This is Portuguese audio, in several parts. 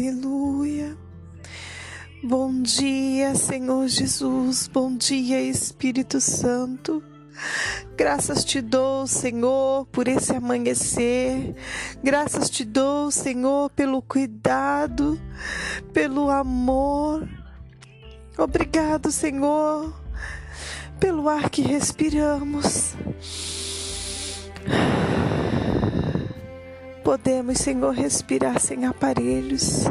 Aleluia. Bom dia, Senhor Jesus. Bom dia, Espírito Santo. Graças te dou, Senhor, por esse amanhecer. Graças te dou, Senhor, pelo cuidado, pelo amor. Obrigado, Senhor, pelo ar que respiramos. Podemos, Senhor, respirar sem aparelhos.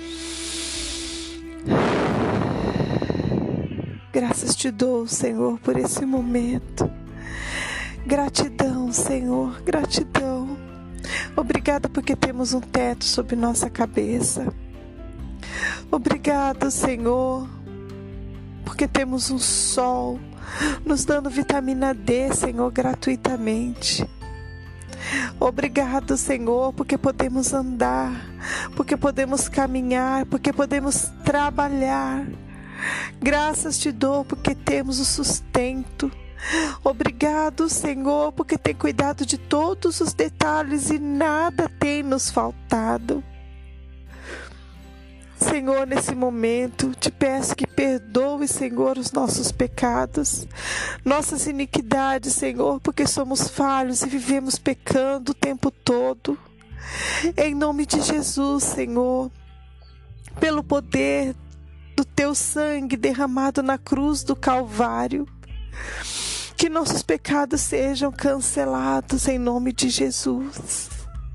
Graças te dou, Senhor, por esse momento. Gratidão, Senhor, gratidão. Obrigada porque temos um teto sobre nossa cabeça. Obrigado, Senhor, porque temos um sol nos dando vitamina D, Senhor, gratuitamente. Obrigado, Senhor, porque podemos andar, porque podemos caminhar, porque podemos trabalhar. Graças te dou porque temos o sustento. Obrigado, Senhor, porque tem cuidado de todos os detalhes e nada tem nos faltado. Senhor, nesse momento, te peço que perdoe, Senhor, os nossos pecados, nossas iniquidades, Senhor, porque somos falhos e vivemos pecando o tempo todo. Em nome de Jesus, Senhor, pelo poder do teu sangue derramado na cruz do Calvário, que nossos pecados sejam cancelados em nome de Jesus.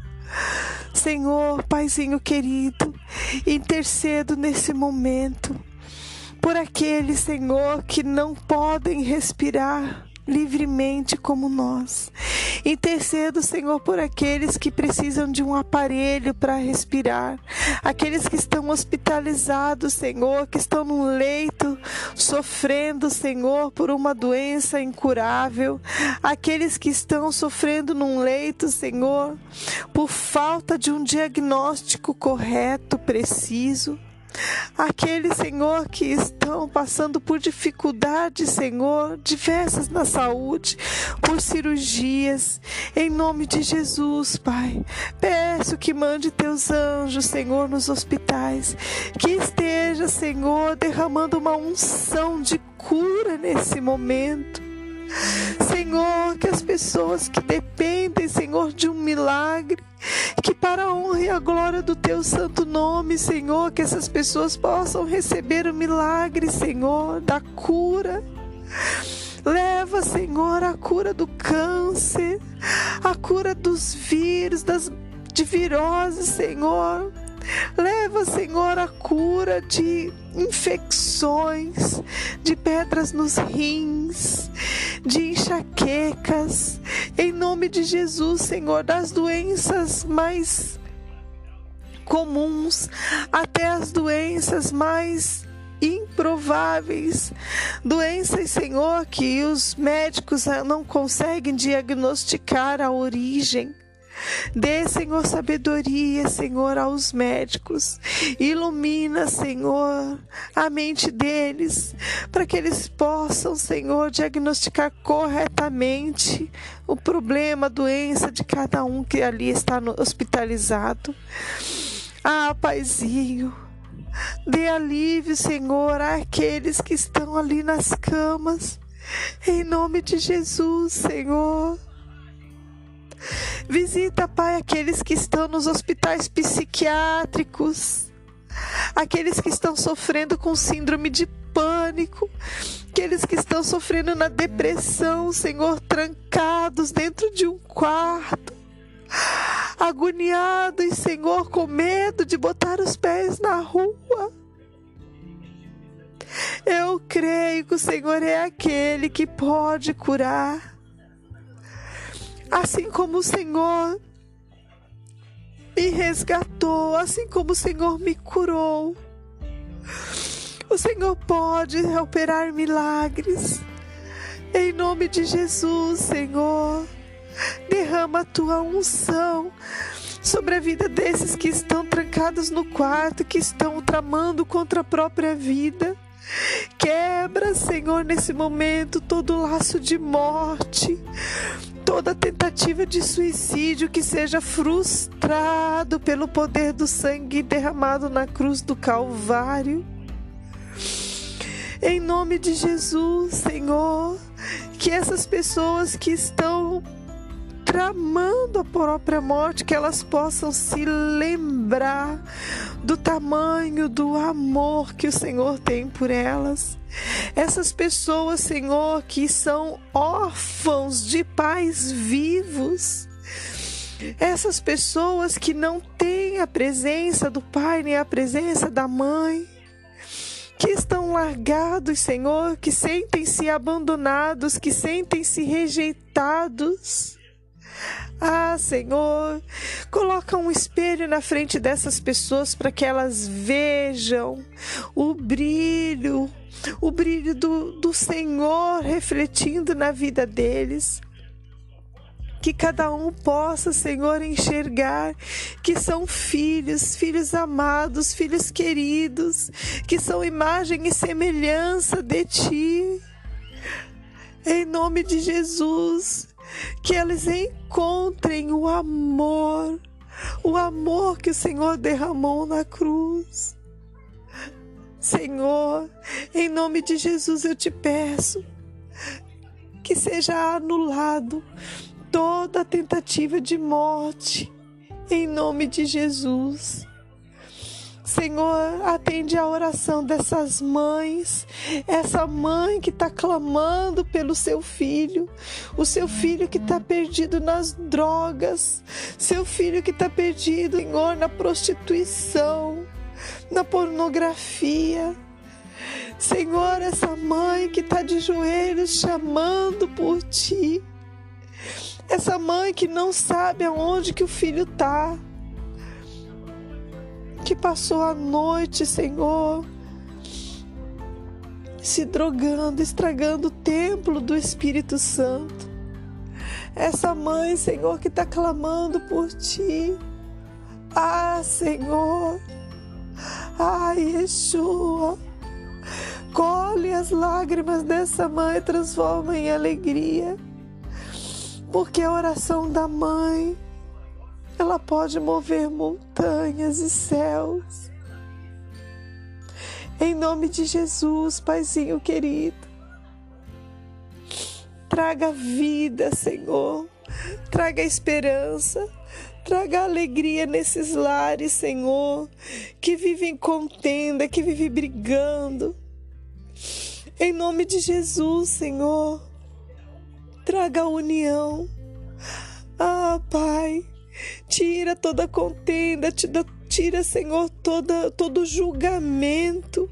Senhor, Paizinho querido, intercedo nesse momento por aqueles, Senhor, que não podem respirar livremente como nós. Intercedo, Senhor, por aqueles que precisam de um aparelho para respirar, aqueles que estão hospitalizados, Senhor, que estão num leito sofrendo, Senhor, por uma doença incurável, aqueles que estão sofrendo num leito, Senhor, por falta de um diagnóstico correto, preciso. Aqueles, Senhor, que estão passando por dificuldades, Senhor, diversas na saúde, por cirurgias, em nome de Jesus, Pai. Peço que mande teus anjos, Senhor, nos hospitais, que esteja, Senhor, derramando uma unção de cura nesse momento. Senhor, que as pessoas que dependem, Senhor, de um milagre, que para a honra e a glória do teu santo nome, Senhor, que essas pessoas possam receber o milagre, Senhor, da cura. Leva, Senhor, a cura do câncer, a cura dos vírus, de viroses, Senhor. Leva, Senhor, a cura de infecções, de pedras nos rins, de enxaquecas, em nome de Jesus, Senhor, das doenças mais comuns até as doenças mais improváveis, doenças, Senhor, que os médicos não conseguem diagnosticar a origem. Dê, Senhor, sabedoria, Senhor, aos médicos. Ilumina, Senhor, a mente deles, para que eles possam, Senhor, diagnosticar corretamente o problema, a doença de cada um que ali está hospitalizado. Ah, Paizinho, dê alívio, Senhor, àqueles que estão ali nas camas. Em nome de Jesus, Senhor. Visita, Pai, aqueles que estão nos hospitais psiquiátricos, aqueles que estão sofrendo com síndrome de pânico, aqueles que estão sofrendo na depressão, Senhor, trancados dentro de um quarto, agoniados, Senhor, com medo de botar os pés na rua. Eu creio que o Senhor é aquele que pode curar. Assim como o Senhor me resgatou, assim como o Senhor me curou, o Senhor pode operar milagres. Em nome de Jesus, Senhor, derrama a tua unção sobre a vida desses que estão trancados no quarto, que estão tramando contra a própria vida. Quebra, Senhor, nesse momento todo laço de morte, toda tentativa de suicídio que seja frustrado pelo poder do sangue derramado na cruz do Calvário. Em nome de Jesus, Senhor, que essas pessoas que estão tramando a própria morte, que elas possam se lembrar do tamanho do amor que o Senhor tem por elas. Essas pessoas, Senhor, que são órfãos de pais vivos, essas pessoas que não têm a presença do pai nem a presença da mãe, que estão largados, Senhor, que sentem-se abandonados, que sentem-se rejeitados. Ah, Senhor, coloca um espelho na frente dessas pessoas para que elas vejam o brilho do Senhor refletindo na vida deles. Que cada um possa, Senhor, enxergar que são filhos amados, filhos queridos, que são imagem e semelhança de Ti. Em nome de Jesus, que eles encontrem o amor que o Senhor derramou na cruz. Senhor, em nome de Jesus eu te peço que seja anulado toda tentativa de morte, em nome de Jesus. Senhor, atende a oração dessas mães, essa mãe que está clamando pelo seu filho, o seu filho que está perdido nas drogas, seu filho que está perdido, Senhor, na prostituição, na pornografia. Senhor, essa mãe que está de joelhos chamando por Ti, essa mãe que não sabe aonde que o filho está, que passou a noite, Senhor, se drogando, estragando o templo do Espírito Santo. Essa mãe, Senhor, que está clamando por Ti. Ah, Senhor, ah, Yeshua, colhe as lágrimas dessa mãe e transforma em alegria, porque a oração da mãe, ela pode mover montanhas e céus. Em nome de Jesus, Paizinho querido, traga vida, Senhor, traga esperança, traga alegria nesses lares, Senhor, que vivem contenda, que vivem brigando. Em nome de Jesus, Senhor, traga união. Ah, Pai, tira toda contenda, tira, Senhor, todo julgamento.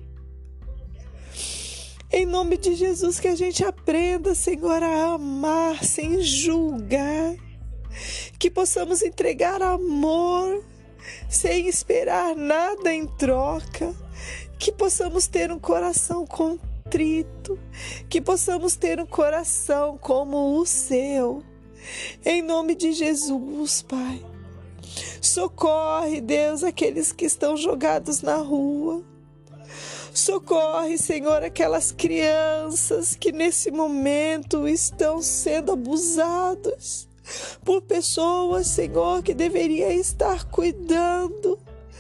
Em nome de Jesus, que a gente aprenda, Senhor, a amar sem julgar. Que possamos entregar amor sem esperar nada em troca. Que possamos ter um coração contrito. Que possamos ter um coração como o Seu. Em nome de Jesus, Pai. Socorre, Deus, aqueles que estão jogados na rua. Socorre, Senhor, aquelas crianças que nesse momento estão sendo abusadas por pessoas, Senhor, que deveria estar cuidando.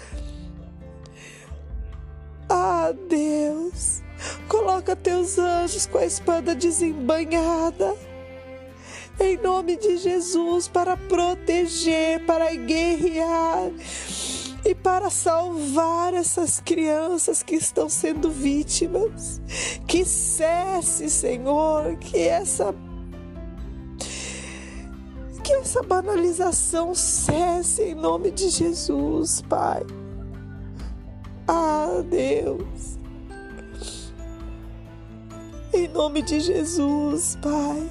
Ah, Deus, coloca Teus anjos com a espada desembainhada, em nome de Jesus, para proteger, para guerrear e para salvar essas crianças que estão sendo vítimas. Que cesse, Senhor, que essa banalização cesse em nome de Jesus, Pai. Ah, Deus, em nome de Jesus, Pai,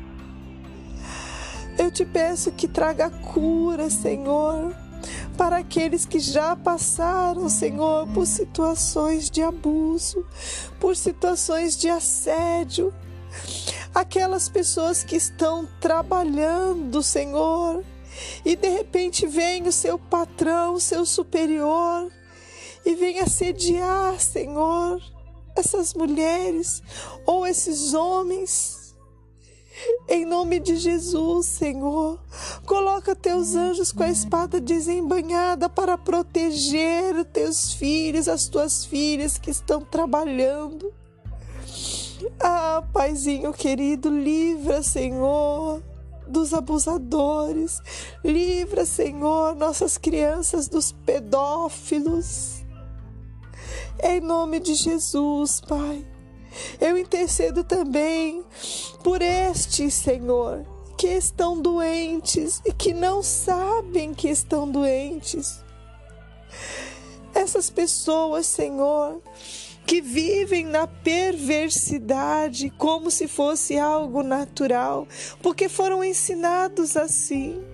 eu te peço que traga cura, Senhor, para aqueles que já passaram, Senhor, por situações de abuso, por situações de assédio. Aquelas pessoas que estão trabalhando, Senhor, e de repente vem o seu patrão, o seu superior, e vem assediar, Senhor, essas mulheres ou esses homens. Em nome de Jesus, Senhor, coloca teus anjos com a espada desembainhada para proteger os teus filhos, as tuas filhas que estão trabalhando. Ah, Paizinho querido, livra, Senhor, dos abusadores. Livra, Senhor, nossas crianças dos pedófilos. Em nome de Jesus, Pai. Eu intercedo também por estes, Senhor, que estão doentes e que não sabem que estão doentes. Essas pessoas, Senhor, que vivem na perversidade como se fosse algo natural, porque foram ensinados assim.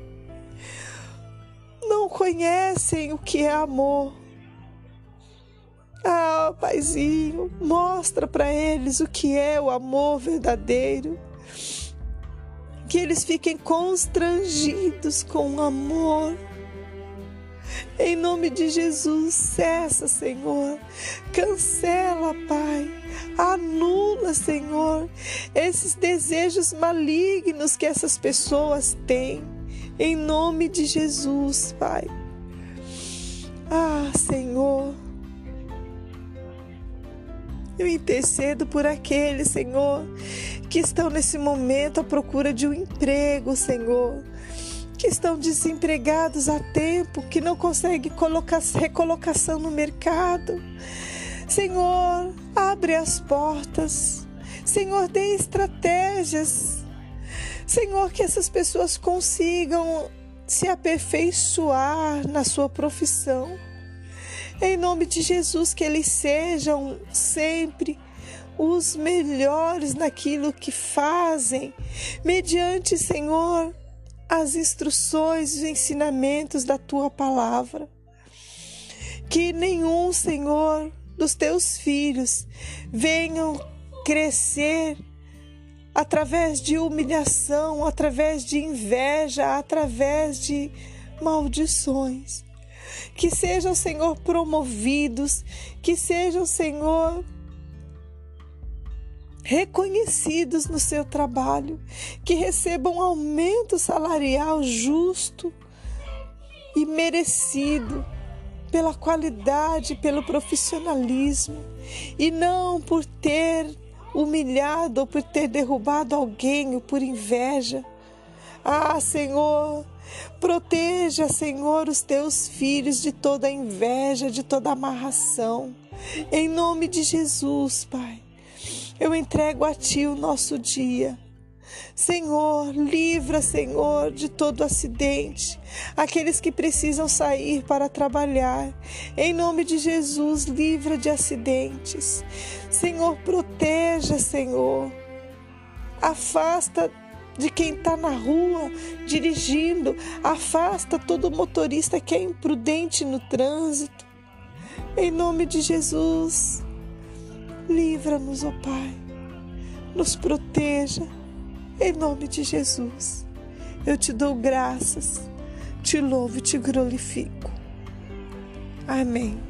Não conhecem o que é amor. Ah, Paizinho, mostra para eles o que é o amor verdadeiro. Que eles fiquem constrangidos com o amor. Em nome de Jesus, cessa, Senhor. Cancela, Pai. Anula, Senhor, esses desejos malignos que essas pessoas têm. Em nome de Jesus, Pai. Ah, Senhor. Eu intercedo por aqueles, Senhor, que estão nesse momento à procura de um emprego, Senhor, que estão desempregados há tempo, que não conseguem recolocação no mercado. Senhor, abre as portas. Senhor, dê estratégias. Senhor, que essas pessoas consigam se aperfeiçoar na sua profissão. Em nome de Jesus, que eles sejam sempre os melhores naquilo que fazem, mediante, Senhor, as instruções e os ensinamentos da Tua palavra. Que nenhum, Senhor, dos Teus filhos venham crescer através de humilhação, através de inveja, através de maldições. Que sejam, Senhor, promovidos, que sejam, Senhor, reconhecidos no seu trabalho, que recebam um aumento salarial justo e merecido pela qualidade, pelo profissionalismo, e não por ter humilhado ou por ter derrubado alguém ou por inveja. Ah, Senhor, proteja, Senhor, os teus filhos de toda inveja, de toda amarração. Em nome de Jesus, Pai, eu entrego a Ti o nosso dia. Senhor, livra, Senhor, de todo acidente, aqueles que precisam sair para trabalhar. Em nome de Jesus, livra de acidentes. Senhor, proteja, Senhor. Afasta de quem está na rua dirigindo, afasta todo motorista que é imprudente no trânsito. Em nome de Jesus, livra-nos, ó Pai, nos proteja, em nome de Jesus. Eu te dou graças, te louvo e te glorifico. Amém.